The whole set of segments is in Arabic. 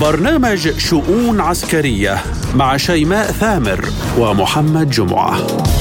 برنامج شؤون عسكرية مع شيماء ثامر ومحمد جمعة.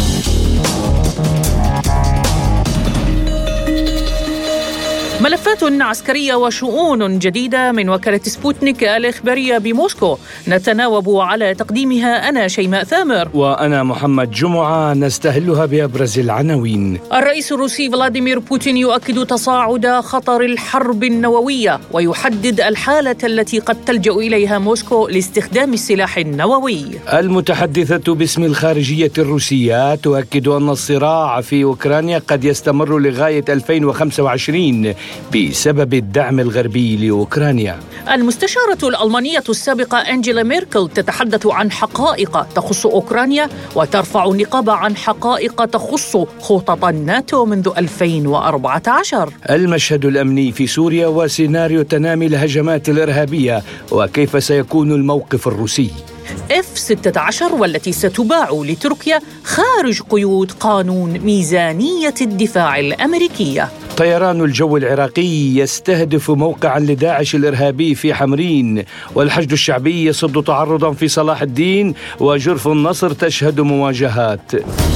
ملفات عسكرية وشؤون جديدة من وكالة سبوتنيك الإخبارية بموسكو نتناوب على تقديمها أنا شيماء ثامر وأنا محمد جمعة، نستهلها بأبرز العناوين. الرئيس الروسي فلاديمير بوتين يؤكد تصاعد خطر الحرب النووية ويحدد الحالة التي قد تلجأ إليها موسكو لاستخدام السلاح النووي. المتحدثة باسم الخارجية الروسية تؤكد أن الصراع في أوكرانيا قد يستمر لغاية 2025 بسبب الدعم الغربي لأوكرانيا. المستشارة الألمانية السابقة أنجيلا ميركل تتحدث عن حقائق تخص أوكرانيا وترفع النقاب عن حقائق تخص خطط الناتو منذ 2014. المشهد الأمني في سوريا وسيناريو تنامي الهجمات الإرهابية وكيف سيكون الموقف الروسي. F-16 والتي ستباع لتركيا خارج قيود قانون ميزانية الدفاع الأمريكية. طيران الجو العراقي يستهدف موقعا لداعش الإرهابي في حمرين، والحشد الشعبي يصد تعرضا في صلاح الدين، وجرف النصر تشهد مواجهات.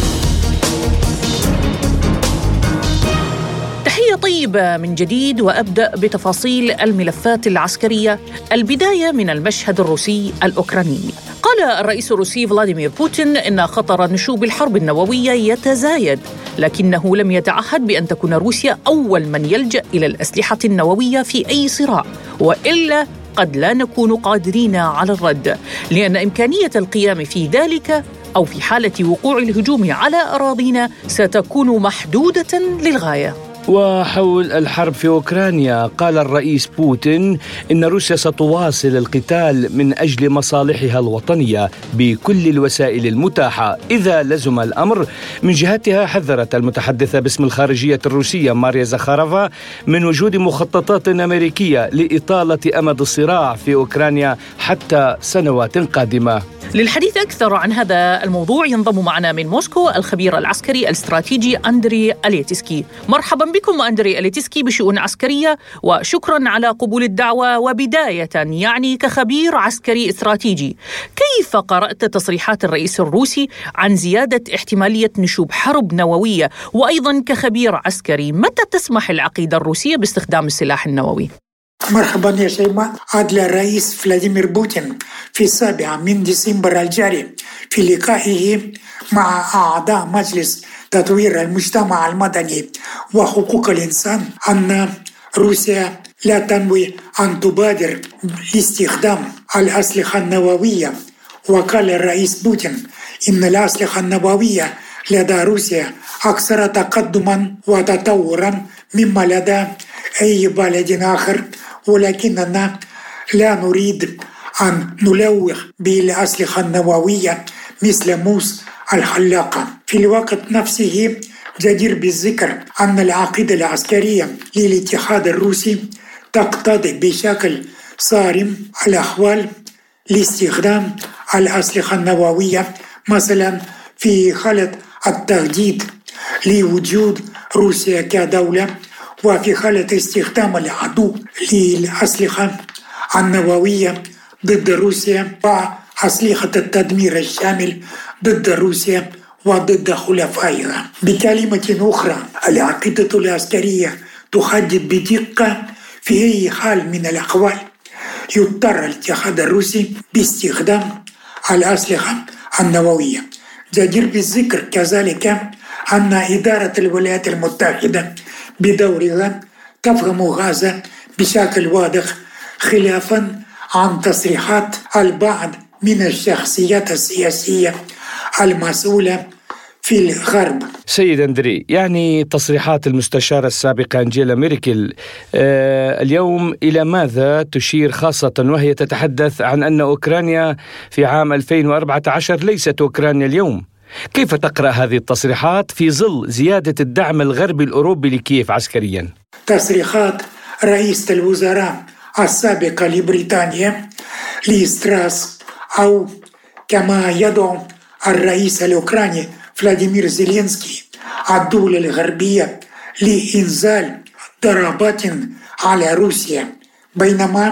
طيبة من جديد، وأبدأ بتفاصيل الملفات العسكرية. البداية من المشهد الروسي الأوكراني. قال الرئيس الروسي فلاديمير بوتين إن خطر نشوب الحرب النووية يتزايد، لكنه لم يتعهد بأن تكون روسيا أول من يلجأ إلى الأسلحة النووية في أي صراع، وإلا قد لا نكون قادرين على الرد، لأن إمكانية القيام في ذلك أو في حالة وقوع الهجوم على أراضينا ستكون محدودة للغاية. وحول الحرب في أوكرانيا قال الرئيس بوتين إن روسيا ستواصل القتال من أجل مصالحها الوطنية بكل الوسائل المتاحة إذا لزم الأمر. من جهتها حذرت المتحدثة باسم الخارجية الروسية ماريا زخارفا من وجود مخططات أمريكية لإطالة أمد الصراع في أوكرانيا حتى سنوات قادمة. للحديث أكثر عن هذا الموضوع ينضم معنا من موسكو الخبير العسكري الاستراتيجي أندري أليتسكي. مرحبا بكم أندري أليتسكي بشؤون عسكرية، وشكرا على قبول الدعوة. وبداية يعني كخبير عسكري استراتيجي، كيف قرأت تصريحات الرئيس الروسي عن زيادة احتمالية نشوب حرب نووية؟ وأيضا كخبير عسكري، متى تسمح العقيدة الروسية باستخدام السلاح النووي؟ مرحبا يا شيماء. أدلى الرئيس فلاديمير بوتين في 7 من ديسمبر الجاري في لقائه مع أعضاء مجلس تطوير المجتمع المدني وحقوق الإنسان أن روسيا لا تنوي أن تبادر لاستخدام الأسلحة النووية. وقال الرئيس بوتين إن الأسلحة النووية لدى روسيا أكثر تقدما وتطورا مما لدى أي بلد آخر، ولكننا لا نريد أن نلوح بالأسلحة النووية مثل موس الحلاقة. في الوقت نفسه جدير بالذكر أن العقيدة العسكرية للاتحاد الروسي تقتضي بشكل صارم الأحوال لاستخدام الأسلحة النووية، مثلا في حالة التهديد لوجود روسيا كدولة، وفي حالة استخدام العدو للأسلحة النووية ضد روسيا وأسلحة التدمير الشامل ضد روسيا وضد حلفائها. بكلمة أخرى، العقيدة العسكرية تحدد بدقة في أي حال من الأحوال يضطر الاتحاد الروسي باستخدام الأسلحة النووية. جدير بالذكر كذلك أن إدارة الولايات المتحدة بدورها تفهم هذا بشكل واضح، خلافا عن تصريحات البعض من الشخصيات السياسية المسؤولة في الغرب. سيد أندري، يعني تصريحات المستشارة السابقة أنجيلا ميركل اليوم إلى ماذا تشير، خاصة وهي تتحدث عن أن أوكرانيا في عام 2014 ليست أوكرانيا اليوم؟ كيف تقرأ هذه التصريحات في ظل زيادة الدعم الغربي الأوروبي لكييف عسكريا؟ تصريحات رئيس الوزراء السابقة لبريطانيا ليستراس، أو كما يدعو الرئيس الأوكراني فلاديمير زيلينسكي الدول الغربية لإنزال ضربات على روسيا، بينما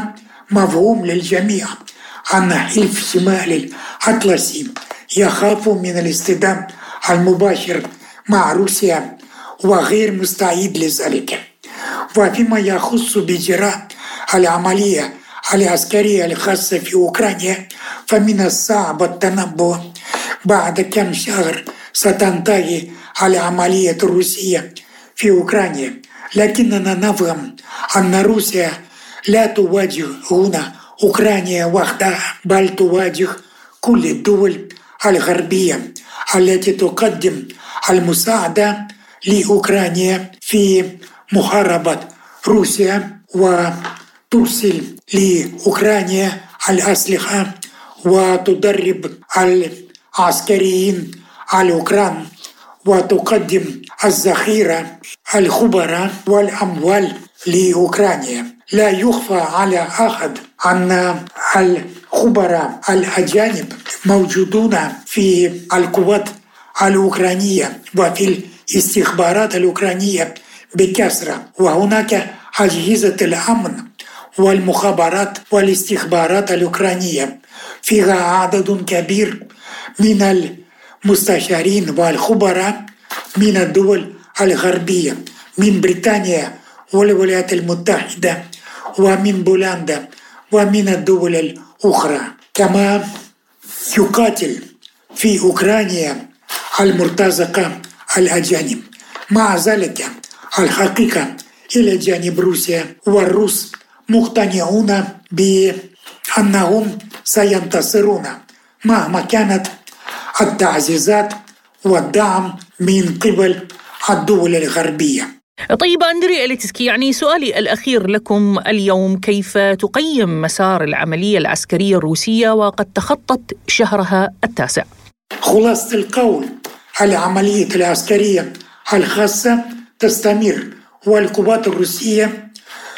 مفهوم للجميع أن حلف شمال الأطلسي يخاف من الاصطدام المباشر مع روسيا وغير مستعد لذلك. وفيما يخص بإجراء العملية العسكرية الخاصة في أوكرانيا، فمن الصعب التنبؤ بعد كم شهر ستنتهي العملية الروسية في أوكرانيا، لكننا نفهم أن روسيا لا تواجه هنا أوكرانيا وحدها، بل تواجه كل الدول الغربية التي تقدم المساعدة لأوكرانيا في محاربة روسيا، وترسل لأوكرانيا الأسلحة وتدرب العسكريين الأوكران وتقدم الذخيرة الخبراء والأموال لأوكرانيا. لا يخفى على أحد أن الخبراء الأجانب موجودون في القوات الأوكرانية وفي الاستخبارات الأوكرانية بكثرة، وهناك أجهزة الأمن والمخابرات والاستخبارات الأوكرانية فيها عدد كبير من المستشارين والخبراء من الدول الغربية، من بريطانيا والولايات المتحدة ومن بولندا ومن الدول الأخرى. كما يقاتل في أوكرانيا المرتزقة الأجانب. مع ذلك الحقيقة إلى جانب روسيا والروس مقتنعون بأنهم سينتصرون مهما كانت التعزيزات والدعم من قبل الدول الغربية. طيب أندري إليتسكي، يعني سؤالي الأخير لكم اليوم، كيف تقيم مسار العملية العسكرية الروسية وقد تخطت شهرها التاسع؟ خلاصة القول، العملية العسكرية الخاصة تستمر، والقوات الروسية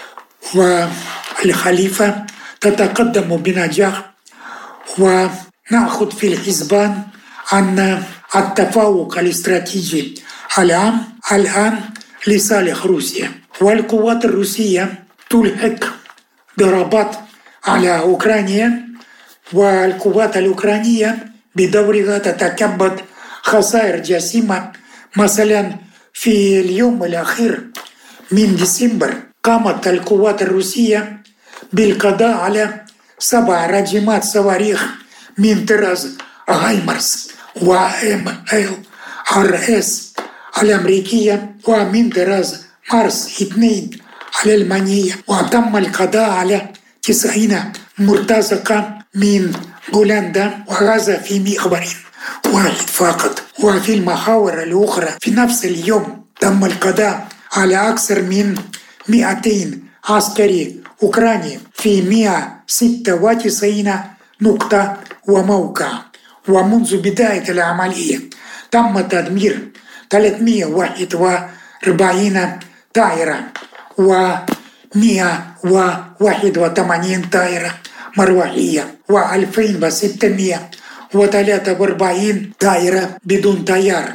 والخليفة تتقدم بنجاح، ونأخذ في الحسبان أن التفوق الاستراتيجي الآن لصالح روسيا، والقوات الروسية تلحق ضربات على أوكرانيا، والقوات الأوكرانية بدورها تتكبد خسائر جسيمة. مثلا في اليوم الأخير من ديسمبر قامت القوات الروسية بالقضاء على 7 رجمات صواريخ من طراز هايمرس وMLRS الأمريكية ومن طراز مارس 2 الألمانية، وتم القضاء على 90 مرتزقة من بولندا، وهذا في محور واحد فقط. وفي المحاور الأخرى في نفس اليوم تم القضاء على أكثر من 200 عسكري أوكراني في 196 نقطة وموقع. ومنذ بداية العملية تم تدمير 341 طائرة و181 طائرة مروحية و2643 طائرة بدون طيار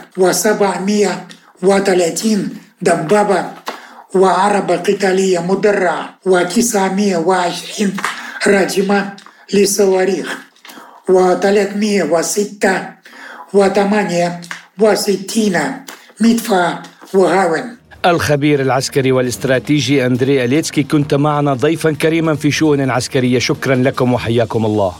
و730 دبابة وعربة قتالية مدرعة و920 راجمة للصواريخ و368 مدفع وهاون. الخبير العسكري والاستراتيجي أندري إليتسكي، كنت معنا ضيفا كريما في شؤون عسكرية. شكرا لكم وحياكم الله.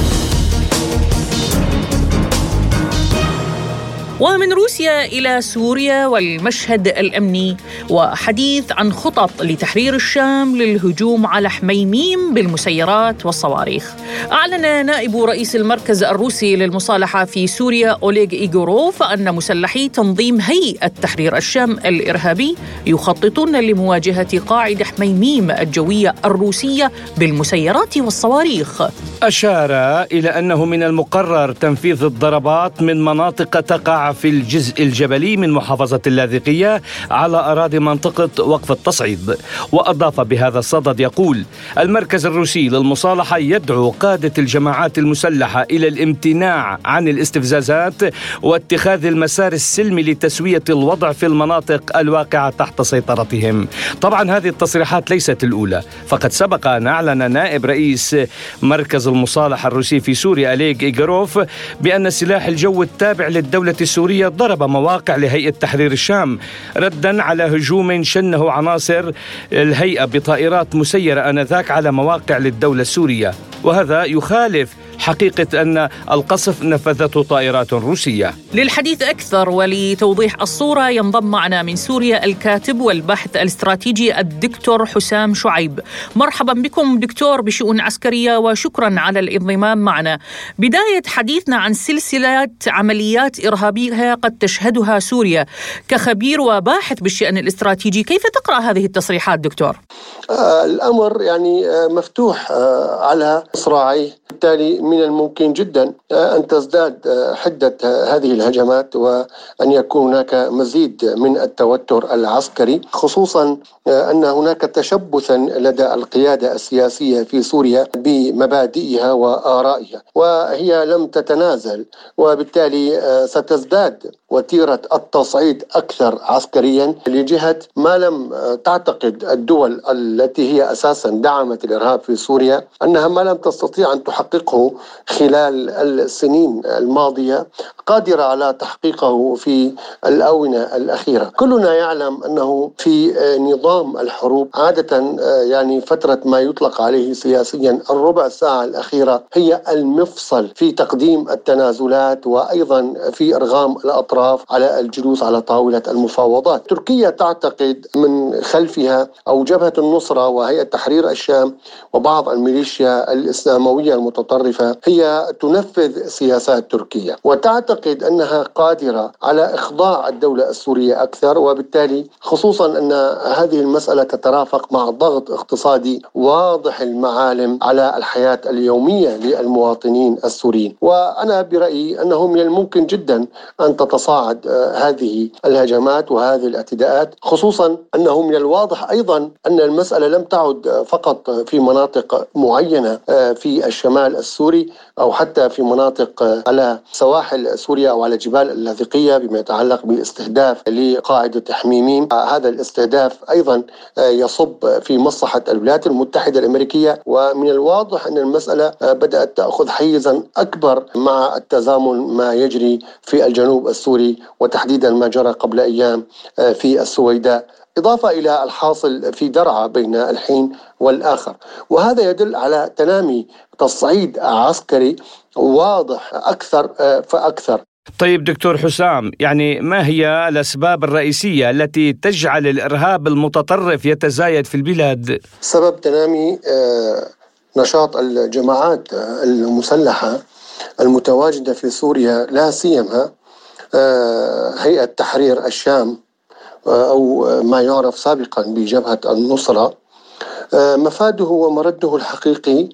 ومن روسيا إلى سوريا والمشهد الأمني، وحديث عن خطط لتحرير الشام للهجوم على حميميم بالمسيرات والصواريخ. أعلن نائب رئيس المركز الروسي للمصالحة في سوريا أوليغ إيغوروف أن مسلحي تنظيم هيئة تحرير الشام الإرهابي يخططون لمواجهة قاعدة حميميم الجوية الروسية بالمسيرات والصواريخ. أشار إلى أنه من المقرر تنفيذ الضربات من مناطق تقع وقع في الجزء الجبلي من محافظة اللاذقية على أراضي منطقة وقف التصعيد. وأضاف بهذا الصدد يقول: المركز الروسي للمصالحة يدعو قادة الجماعات المسلحة إلى الامتناع عن الاستفزازات واتخاذ المسار السلمي لتسوية الوضع في المناطق الواقعة تحت سيطرتهم. طبعا هذه التصريحات ليست الأولى، فقد سبق أن أعلن نائب رئيس مركز المصالحة الروسي في سوريا أليغ إيغروف بأن سلاح الجو التابع للدولة السورية ضرب مواقع لهيئة تحرير الشام ردا على هجوم شنه عناصر الهيئة بطائرات مسيرة آنذاك على مواقع للدولة السورية، وهذا يخالف حقيقة أن القصف نفذته طائرات روسية. للحديث أكثر ولتوضيح الصورة ينضم معنا من سوريا الكاتب والباحث الاستراتيجي الدكتور حسام شعيب. مرحبا بكم دكتور بشؤون عسكرية وشكرا على الانضمام معنا. بداية حديثنا عن سلسلة عمليات إرهابية قد تشهدها سوريا، كخبير وباحث بالشأن الاستراتيجي كيف تقرأ هذه التصريحات دكتور؟ الأمر مفتوح على إصراعيه، بالتالي من الممكن جدا أن تزداد حدة هذه الهجمات وأن يكون هناك مزيد من التوتر العسكري، خصوصا أن هناك تشبثا لدى القيادة السياسية في سوريا بمبادئها وآرائها، وهي لم تتنازل، وبالتالي ستزداد وتيرة التصعيد أكثر عسكريا لجهة ما لم تعتقد الدول التي هي أساسا دعمت الإرهاب في سوريا أنها ما لم تستطيع أن تحققه خلال السنين الماضية قادرة على تحقيقه في الآونة الأخيرة. كلنا يعلم أنه في نظام الحروب عادة فترة ما يطلق عليه سياسيا الربع ساعة الأخيرة هي المفصل في تقديم التنازلات وأيضا في إرغام الأطراف على الجلوس على طاولة المفاوضات. تركيا تعتقد من خلفها أو جبهة النصرة وهيئة تحرير الشام وبعض الميليشيا الإسلاموية المتطرفة هي تنفذ سياسات تركيا، وتعتقد أنها قادرة على إخضاع الدولة السورية أكثر، وبالتالي خصوصا أن هذه المسألة تترافق مع ضغط اقتصادي واضح المعالم على الحياة اليومية للمواطنين السوريين. وأنا برأيي أنه من الممكن جدا أن تتصاعد هذه الهجمات وهذه الاعتداءات، خصوصا أنه من الواضح أيضا أن المسألة لم تعد فقط في مناطق معينة في الشمال السوري أو حتى في مناطق على سواحل سوريا أو على جبال اللاذقية بما يتعلق باستهداف لقاعدة حميميم. هذا الاستهداف أيضا يصب في مصلحة الولايات المتحدة الأمريكية، ومن الواضح أن المسألة بدأت تأخذ حيزا أكبر مع التزامن ما يجري في الجنوب السوري وتحديدا ما جرى قبل أيام في السويداء، إضافة إلى الحاصل في درعا بين الحين والآخر، وهذا يدل على تنامي تصعيد عسكري واضح أكثر فأكثر. طيب دكتور حسام، ما هي الأسباب الرئيسية التي تجعل الإرهاب المتطرف يتزايد في البلاد؟ سبب تنامي نشاط الجماعات المسلحة المتواجدة في سوريا، لا سيما هيئة تحرير الشام أو ما يعرف سابقا بجبهة النصرة، مفاده ومرده الحقيقي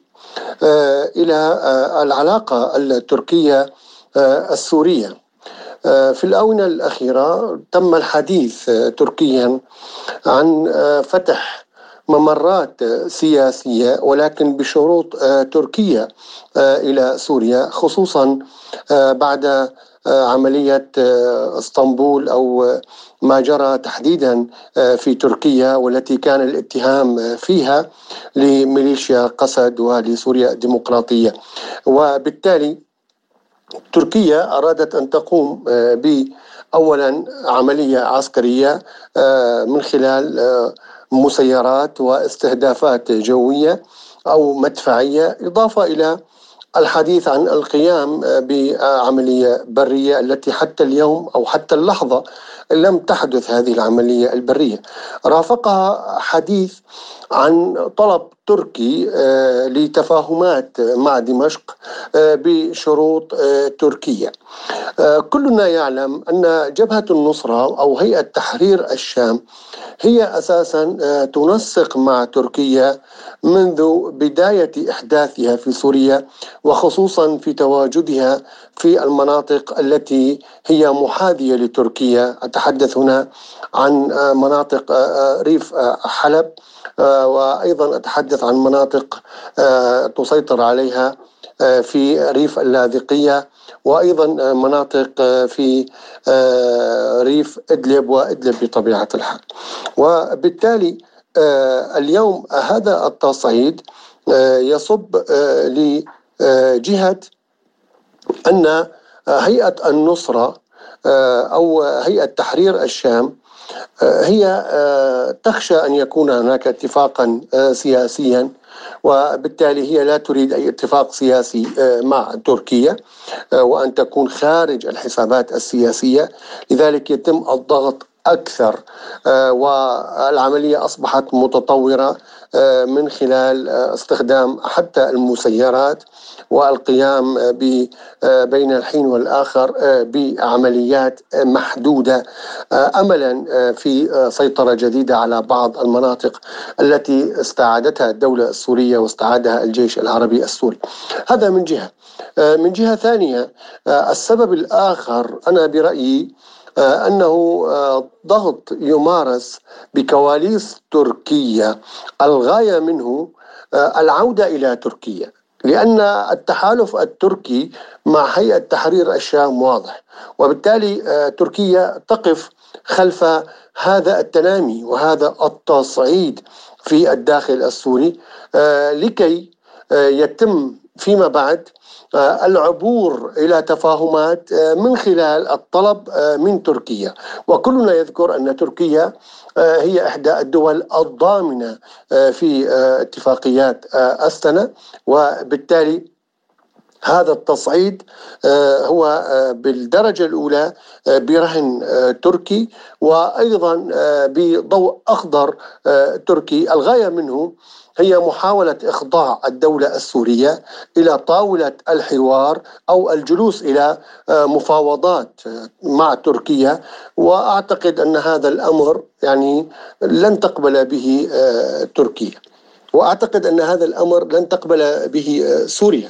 إلى العلاقة التركية السورية. في الآونة الأخيرة تم الحديث تركيا عن فتح ممرات سياسية ولكن بشروط تركية إلى سوريا، خصوصا بعد عملية اسطنبول أو ما جرى تحديدا في تركيا، والتي كان الاتهام فيها لميليشيا قسد ولسوريا الديمقراطية. وبالتالي تركيا أرادت أن تقوم بأولا عملية عسكرية من خلال مسيرات واستهدافات جوية أو مدفعية، إضافة إلى الحديث عن القيام بعملية برية التي حتى اليوم أو حتى اللحظة لم تحدث هذه العملية البرية. رافقها حديث عن طلب تركي لتفاهمات مع دمشق بشروط تركية. كلنا يعلم أن جبهة النصرة أو هيئة تحرير الشام هي أساسا تنسق مع تركيا منذ بداية إحداثها في سوريا، وخصوصا في تواجدها في المناطق التي هي محاذية لتركيا. أتحدث هنا عن مناطق ريف حلب، وأيضا أتحدث عن مناطق تسيطر عليها في ريف اللاذقية، وأيضا مناطق في ريف إدلب وإدلب بطبيعة الحال. وبالتالي اليوم هذا التصعيد يصب لجهة أن هيئة النصرة أو هيئة تحرير الشام هي تخشى أن يكون هناك اتفاقا سياسيا، وبالتالي هي لا تريد أي اتفاق سياسي مع تركيا وأن تكون خارج الحسابات السياسية. لذلك يتم الضغط أكثر، والعملية أصبحت متطورة من خلال استخدام حتى المسيرات والقيام بين الحين والآخر بعمليات محدودة أملا في سيطرة جديدة على بعض المناطق التي استعادتها الدولة السورية واستعادها الجيش العربي السوري. هذا من جهة. من جهة ثانية، السبب الآخر أنا برأيي أنه ضغط يمارس بكواليس تركيا، الغاية منه العودة إلى تركيا، لأن التحالف التركي مع هيئة تحرير الشام واضح، وبالتالي تركيا تقف خلف هذا التنامي وهذا التصعيد في الداخل السوري لكي يتم فيما بعد العبور إلى تفاهمات من خلال الطلب من تركيا. وكلنا يذكر أن تركيا هي إحدى الدول الضامنة في اتفاقيات أستنا، وبالتالي هذا التصعيد هو بالدرجة الأولى برهن تركي، وأيضا بضوء أخضر تركي. الغاية منه هي محاولة إخضاع الدولة السورية إلى طاولة الحوار أو الجلوس إلى مفاوضات مع تركيا. وأعتقد أن هذا الأمر يعني لن تقبل به تركيا، وأعتقد أن هذا الأمر لن تقبل به سوريا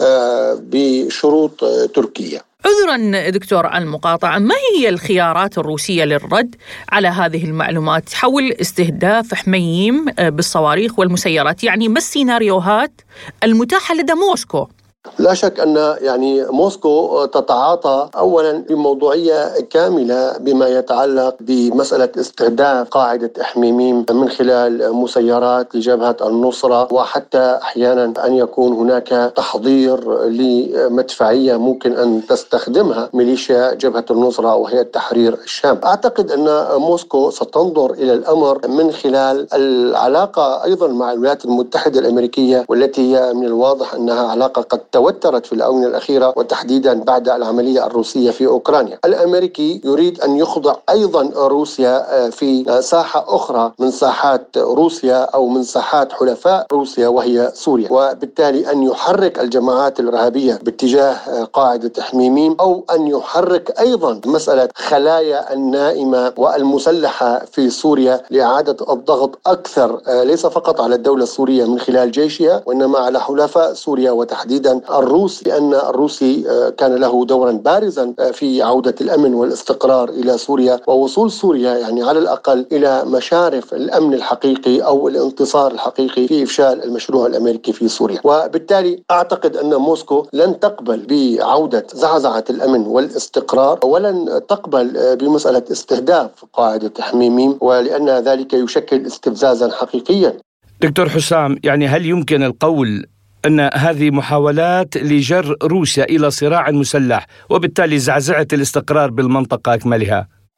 بشروط تركيا. عذرا دكتور المقاطعة، ما هي الخيارات الروسية للرد على هذه المعلومات حول استهداف حميم بالصواريخ والمسيرات؟ يعني ما السيناريوهات المتاحة لدى موسكو؟ لا شك أن يعني موسكو تتعاطى أولا بموضوعية كاملة بما يتعلق بمسألة استهداف قاعدة حميميم من خلال مسيرات لجبهة النصرة، وحتى أحيانا أن يكون هناك تحضير لمدفعية ممكن أن تستخدمها ميليشيا جبهة النصرة أو هيئة تحرير الشام. أعتقد أن موسكو ستنظر إلى الأمر من خلال العلاقة أيضا مع الولايات المتحدة الأمريكية، والتي هي من الواضح أنها علاقة قد توترت في الآونة الأخيرة، وتحديدا بعد العملية الروسية في أوكرانيا. الأمريكي يريد أن يخضع أيضا روسيا في ساحة أخرى من ساحات روسيا أو من ساحات حلفاء روسيا وهي سوريا، وبالتالي أن يحرك الجماعات الإرهابية باتجاه قاعدة حميميم، أو أن يحرك أيضا مسألة خلايا النائمة والمسلحة في سوريا لإعادة الضغط أكثر، ليس فقط على الدولة السورية من خلال جيشها، وإنما على حلفاء سوريا وتحديدا الروس، لأن الروسي كان له دورا بارزا في عودة الأمن والاستقرار إلى سوريا، ووصول سوريا يعني على الأقل إلى مشارف الأمن الحقيقي أو الانتصار الحقيقي في إفشال المشروع الأمريكي في سوريا. وبالتالي أعتقد أن موسكو لن تقبل بعودة زعزعة الأمن والاستقرار، ولن تقبل بمسألة استهداف قاعدة حميميم، ولأن ذلك يشكل استفزازا حقيقيا. دكتور حسام، يعني هل يمكن القول أن هذه محاولات لجر روسيا إلى صراع مسلح وبالتالي زعزعة الاستقرار بالمنطقة أكملها؟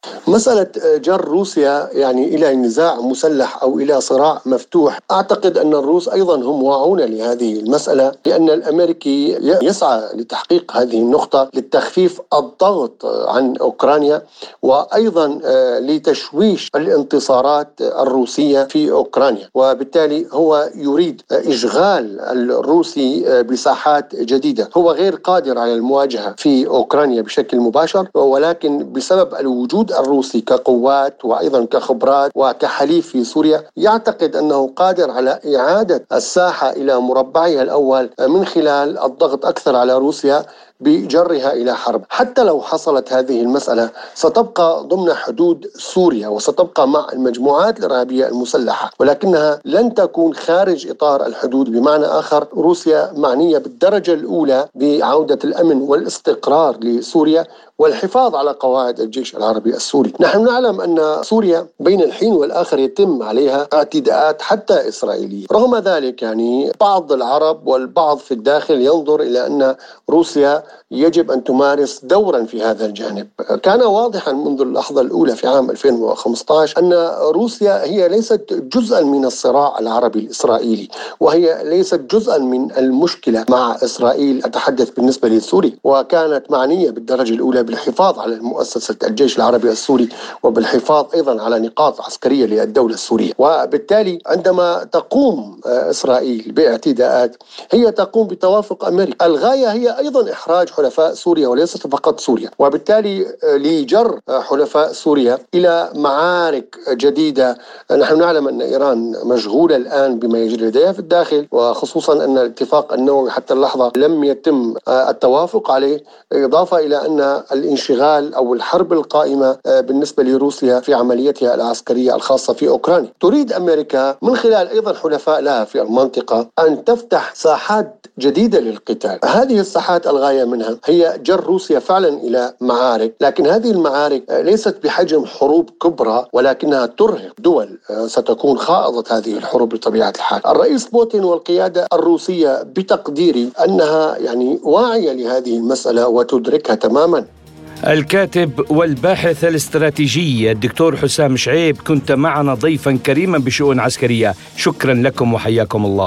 مسألة جر روسيا يعني إلى نزاع مسلح أو إلى صراع مفتوح، أعتقد أن الروس أيضا هم واعون لهذه المسألة، لأن الأمريكي يسعى لتحقيق هذه النقطة لتخفيف الضغط عن أوكرانيا، وأيضا لتشويش الانتصارات الروسية في أوكرانيا، وبالتالي هو يريد إشغال الروسي بساحات جديدة. هو غير قادر على المواجهة في أوكرانيا بشكل مباشر، ولكن بسبب الوجود الروسي كقوات وأيضا كخبرات وكحليف في سوريا يعتقد أنه قادر على إعادة الساحة إلى مربعها الأول من خلال الضغط أكثر على روسيا بجرها إلى حرب. حتى لو حصلت هذه المسألة ستبقى ضمن حدود سوريا وستبقى مع المجموعات الإرهابية المسلحة، ولكنها لن تكون خارج إطار الحدود. بمعنى آخر، روسيا معنية بالدرجة الأولى بعودة الأمن والاستقرار لسوريا والحفاظ على قواعد الجيش العربي السوري. نحن نعلم أن سوريا بين الحين والآخر يتم عليها اعتداءات حتى إسرائيلية. رغم ذلك يعني بعض العرب والبعض في الداخل ينظر إلى أن روسيا يجب أن تمارس دورا في هذا الجانب. كان واضحا منذ اللحظة الأولى في عام 2015 أن روسيا هي ليست جزءا من الصراع العربي الإسرائيلي، وهي ليست جزءا من المشكلة مع إسرائيل، أتحدث بالنسبة لسوريا، وكانت معنية بالدرجة الأولى بالحفاظ على مؤسسة الجيش العربي السوري وبالحفاظ أيضا على نقاط عسكرية للدولة السورية. وبالتالي عندما تقوم إسرائيل باعتداءات هي تقوم بتوافق أمريكا. الغاية هي أيضا إحراج حلفاء سوريا وليست فقط سوريا، وبالتالي لجر حلفاء سوريا إلى معارك جديدة. نحن نعلم أن إيران مشغولة الآن بما يجري لديها في الداخل، وخصوصا أن الاتفاق النووي حتى اللحظة لم يتم التوافق عليه، إضافة إلى أن الانشغال أو الحرب القائمة بالنسبة لروسيا في عمليتها العسكرية الخاصة في أوكرانيا. تريد أمريكا من خلال أيضا حلفاء لها في المنطقة أن تفتح ساحات جديدة للقتال. هذه الساحات الغاية منها هي جر روسيا فعلا إلى معارك، لكن هذه المعارك ليست بحجم حروب كبرى، ولكنها ترهق دول ستكون خائضة هذه الحروب بطبيعة الحال. الرئيس بوتين والقيادة الروسية بتقديري أنها يعني واعية لهذه المسألة وتدركها تماما. الكاتب والباحث الاستراتيجي الدكتور حسام شعيب، كنت معنا ضيفا كريما بشؤون عسكرية. شكرا لكم وحياكم الله.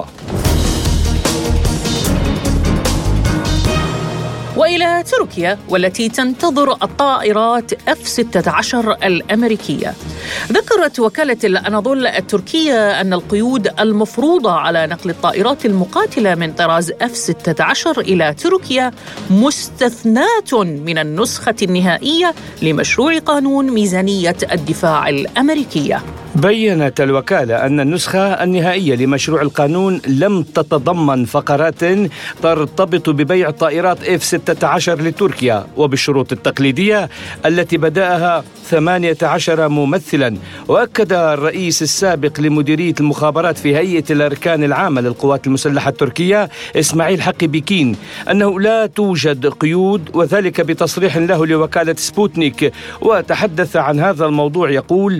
وإلى تركيا والتي تنتظر الطائرات F-16 الأمريكية. ذكرت وكالة الأناضول التركية أن القيود المفروضة على نقل الطائرات المقاتلة من طراز F-16 إلى تركيا مستثناة من النسخة النهائية لمشروع قانون ميزانية الدفاع الأمريكية. بيّنت الوكالة أن النسخة النهائية لمشروع القانون لم تتضمن فقرات ترتبط ببيع طائرات F-16 لتركيا وبالشروط التقليدية التي بدأها 18 ممثلا. وأكد الرئيس السابق لمديرية المخابرات في هيئة الأركان العامة للقوات المسلحة التركية إسماعيل حقي بكين أنه لا توجد قيود، وذلك بتصريح له لوكالة سبوتنيك. وتحدث عن هذا الموضوع يقول: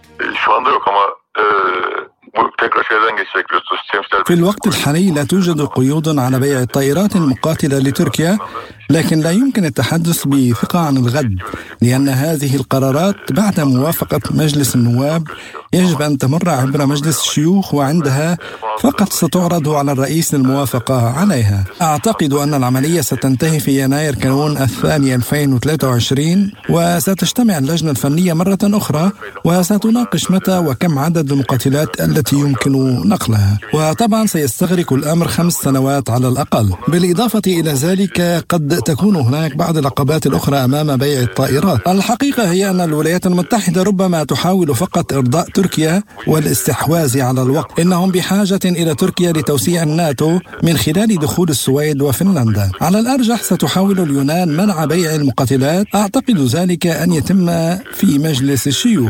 في الوقت الحالي لا توجد قيود على بيع الطائرات المقاتلة لتركيا، لكن لا يمكن التحدث بثقة عن الغد، لأن هذه القرارات بعد موافقة مجلس النواب يجب أن تمر عبر مجلس الشيوخ، وعندها فقط ستعرض على الرئيس للموافقة عليها. أعتقد أن العملية ستنتهي في يناير كانون الثاني 2023، وستجتمع اللجنة الفنية مرة أخرى وستناقش متى وكم عدد المقاتلات التي يمكن نقلها، وطبعا سيستغرق الأمر 5 سنوات على الأقل. بالإضافة إلى ذلك قد تكون هناك بعض العقبات الأخرى أمام بيع الطائرات. الحقيقة هي أن الولايات المتحدة ربما تحاول فقط إرضاء تركيا والاستحواذ على الوقت. إنهم بحاجة إلى تركيا لتوسيع الناتو من خلال دخول السويد وفنلندا. على الأرجح ستحاول اليونان منع بيع المقاتلات. أعتقد ذلك أن يتم في مجلس الشيوخ.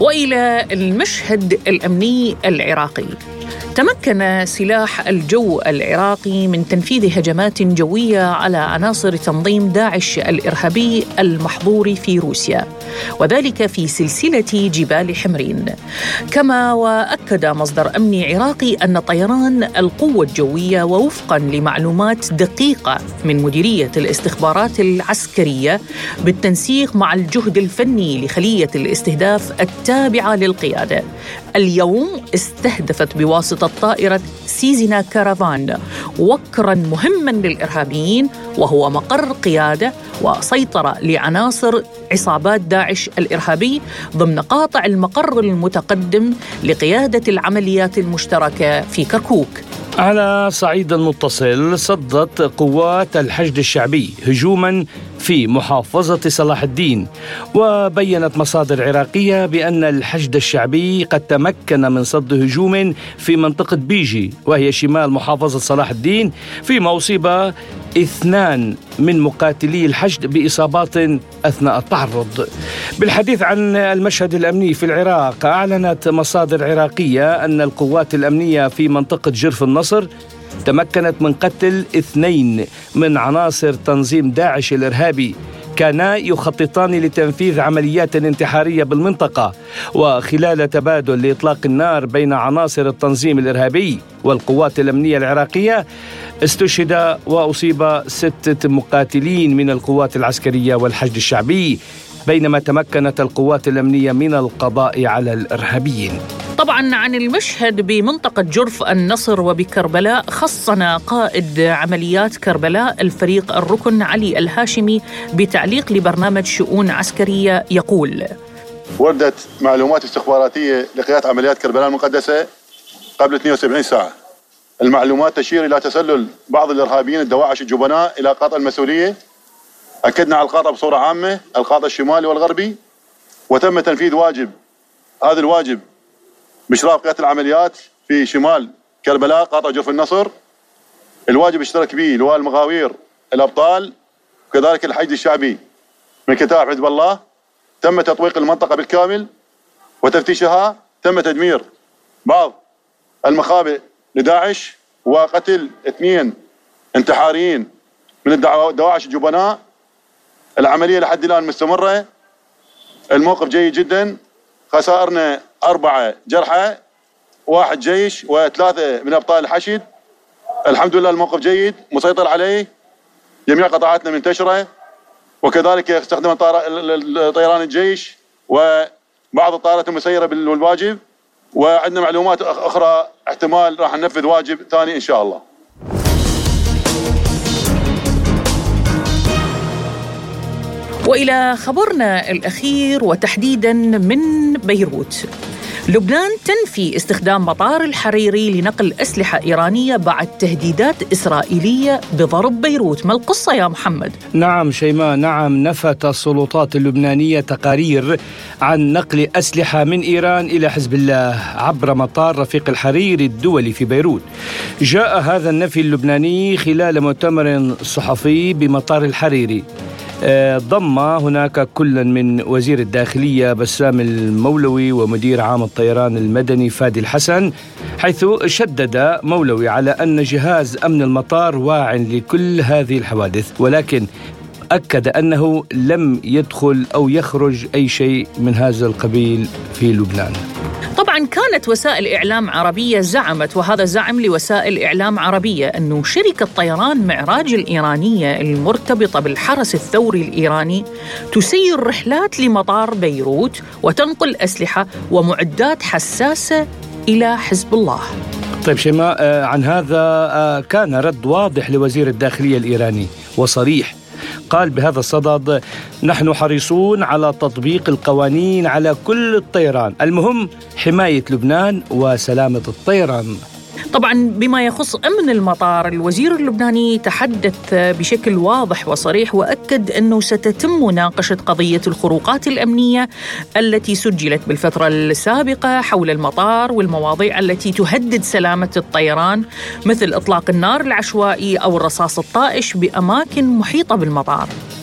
وإلى المشهد الأمني العراقي. تمكن سلاح الجو العراقي من تنفيذ هجمات جوية على عناصر تنظيم داعش الإرهابي المحظور في روسيا، وذلك في سلسلة جبال حمرين. كما وأكد مصدر أمني عراقي أن طيران القوة الجوية ووفقا لمعلومات دقيقة من مديرية الاستخبارات العسكرية بالتنسيق مع الجهد الفني لخلية الاستهداف التابعة للقيادة، اليوم استهدفت بواسطة طائرة سيزنا كارافان وكرا مهما للإرهابيين، وهو مقر قيادة وسيطرة لعناصر عصابات داعش الإرهابي ضمن قاطع المقر المتقدم لقيادة العمليات المشتركة في كركوك. على صعيد متصل، صدت قوات الحشد الشعبي هجوما في محافظة صلاح الدين، وبيّنت مصادر عراقية بأن الحشد الشعبي قد تمكن من صد هجوم في منطقة بيجي وهي شمال محافظة صلاح الدين، فيما أصيب 2 من مقاتلي الحشد بإصابات أثناء التعرض. بالحديث عن المشهد الأمني في العراق، أعلنت مصادر عراقية أن القوات الأمنية في منطقة جرف النصر تمكنت من قتل 2 من عناصر تنظيم داعش الإرهابي كانا يخططان لتنفيذ عمليات انتحارية بالمنطقة. وخلال تبادل لإطلاق النار بين عناصر التنظيم الإرهابي والقوات الأمنية العراقية، استشهد وأصيب 6 مقاتلين من القوات العسكرية والحشد الشعبي، بينما تمكنت القوات الأمنية من القضاء على الإرهابيين. طبعا عن المشهد بمنطقة جرف النصر وبكربلاء، خصنا قائد عمليات كربلاء الفريق الركن علي الهاشمي بتعليق لبرنامج شؤون عسكرية يقول: وردت معلومات استخباراتية لقيادة عمليات كربلاء المقدسة قبل 72 ساعة. المعلومات تشير إلى تسلل بعض الإرهابيين الدواعش الجبناء إلى قاطع المسؤولية. أكدنا على القاطع بصورة عامة، القاطع الشمالي والغربي، وتم تنفيذ هذا الواجب بإشراف قيادة العمليات في شمال كربلاء قاطع جرف النصر. الواجب اشترك به لواء المغاوير الأبطال وكذلك الحشد الشعبي من كتائب حزب الله. تم تطويق المنطقة بالكامل وتفتيشها، تم تدمير بعض المخابئ لداعش وقتل 2 انتحاريين من الدواعش الجبناء. العملية لحد الآن مستمرة، الموقف جيد جدا. خسائرنا 4 جرحى، 1 جيش و3 من أبطال الحشد. الحمد لله الموقف جيد مسيطر عليه، جميع قطاعاتنا منتشرة، وكذلك استخدم طيران الجيش وبعض الطائرات المسيرة بالواجب، وعندنا معلومات أخرى احتمال راح ننفذ واجب ثاني إن شاء الله. وإلى خبرنا الأخير وتحديدا من بيروت. لبنان تنفي استخدام مطار الحريري لنقل أسلحة إيرانية بعد تهديدات إسرائيلية بضرب بيروت. ما القصة يا محمد؟ نعم شيماء، نعم، نفت السلطات اللبنانية تقارير عن نقل أسلحة من إيران إلى حزب الله عبر مطار رفيق الحريري الدولي في بيروت. جاء هذا النفي اللبناني خلال مؤتمر صحفي بمطار الحريري ضم هناك كل من وزير الداخلية بسام المولوي ومدير عام الطيران المدني فادي الحسن، حيث شدد مولوي على أن جهاز أمن المطار واع لكل هذه الحوادث، ولكن أكد أنه لم يدخل أو يخرج أي شيء من هذا القبيل في لبنان. طبعا كانت وسائل إعلام عربية زعمت، وهذا زعم لوسائل إعلام عربية، أنه شركة طيران معراج الإيرانية المرتبطة بالحرس الثوري الإيراني تسير رحلات لمطار بيروت وتنقل أسلحة ومعدات حساسة إلى حزب الله. طيب شيماء، عن هذا كان رد واضح لوزير الداخلية الإيراني وصريح، قال بهذا الصدد: نحن حريصون على تطبيق القوانين على كل الطيران، المهم حماية لبنان وسلامة الطيران. طبعا بما يخص أمن المطار، الوزير اللبناني تحدث بشكل واضح وصريح وأكد أنه ستتم مناقشة قضية الخروقات الأمنية التي سجلت بالفترة السابقة حول المطار والمواضيع التي تهدد سلامة الطيران، مثل إطلاق النار العشوائي أو الرصاص الطائش بأماكن محيطة بالمطار.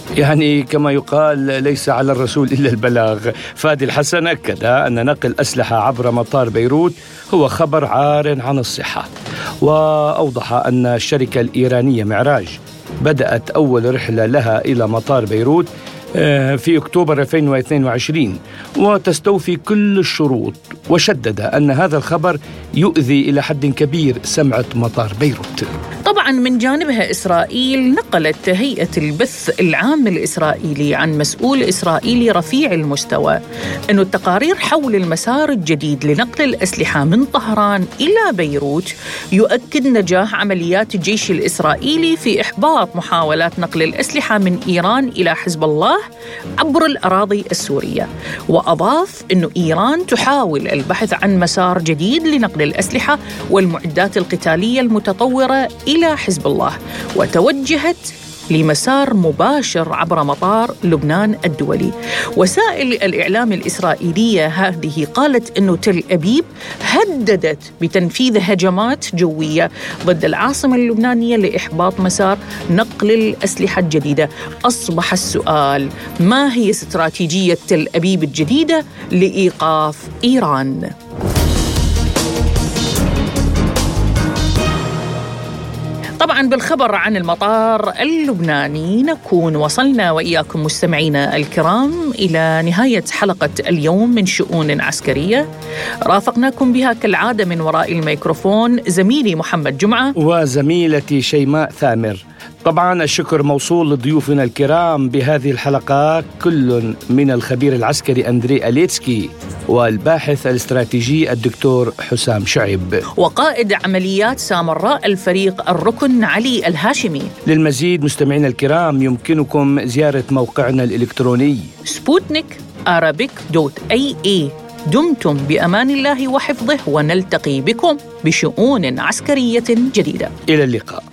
يعني كما يقال ليس على الرسول إلا البلاغ. فادي الحسن أكد أن نقل أسلحة عبر مطار بيروت هو خبر عار عن الصحة، وأوضح أن الشركة الإيرانية معراج بدأت أول رحلة لها إلى مطار بيروت في أكتوبر 2022 وتستوفي كل الشروط، وشدد أن هذا الخبر يؤذي إلى حد كبير سمعة مطار بيروت. طبعا من جانبها إسرائيل نقلت هيئة البث العام الإسرائيلي عن مسؤول إسرائيلي رفيع المستوى أن التقارير حول المسار الجديد لنقل الأسلحة من طهران إلى بيروت يؤكد نجاح عمليات الجيش الإسرائيلي في إحباط محاولات نقل الأسلحة من إيران إلى حزب الله عبر الأراضي السورية. وأضاف أن إيران تحاول البحث عن مسار جديد لنقل الأسلحة والمعدات القتالية المتطورة إلى حزب الله، وتوجهت لمسار مباشر عبر مطار لبنان الدولي. وسائل الإعلام الإسرائيلية هذه قالت أن تل أبيب هددت بتنفيذ هجمات جوية ضد العاصمة اللبنانية لإحباط مسار نقل الأسلحة الجديدة. أصبح السؤال: ما هي استراتيجية تل أبيب الجديدة لإيقاف إيران؟ طبعا بالخبر عن المطار اللبناني نكون وصلنا وإياكم مستمعينا الكرام إلى نهاية حلقة اليوم من شؤون عسكرية. رافقناكم بها كالعادة من وراء الميكروفون زميلي محمد جمعة وزميلتي شيماء ثامر. طبعا الشكر موصول لضيوفنا الكرام بهذه الحلقة، كل من الخبير العسكري أندري أليتسكي والباحث الاستراتيجي الدكتور حسام شعيب وقائد عمليات سامراء الفريق الركن علي الهاشمي. للمزيد مستمعينا الكرام يمكنكم زيارة موقعنا الإلكتروني sputnik.arabic.ae. دمتم بأمان الله وحفظه، ونلتقي بكم بشؤون عسكرية جديدة. إلى اللقاء.